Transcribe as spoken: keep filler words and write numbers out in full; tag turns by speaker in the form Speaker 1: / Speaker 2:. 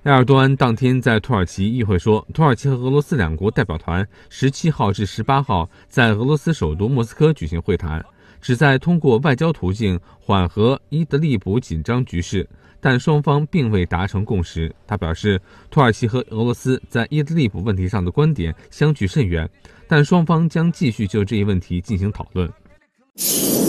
Speaker 1: 埃尔多安当天在土耳其议会说，土耳其和俄罗斯两国代表团十七号至十八号在俄罗斯首都莫斯科举行会谈，旨在通过外交途径缓和伊德利卜紧张局势，但双方并未达成共识。他表示，土耳其和俄罗斯在伊德利卜问题上的观点相距甚远，但双方将继续就这一问题进行讨论。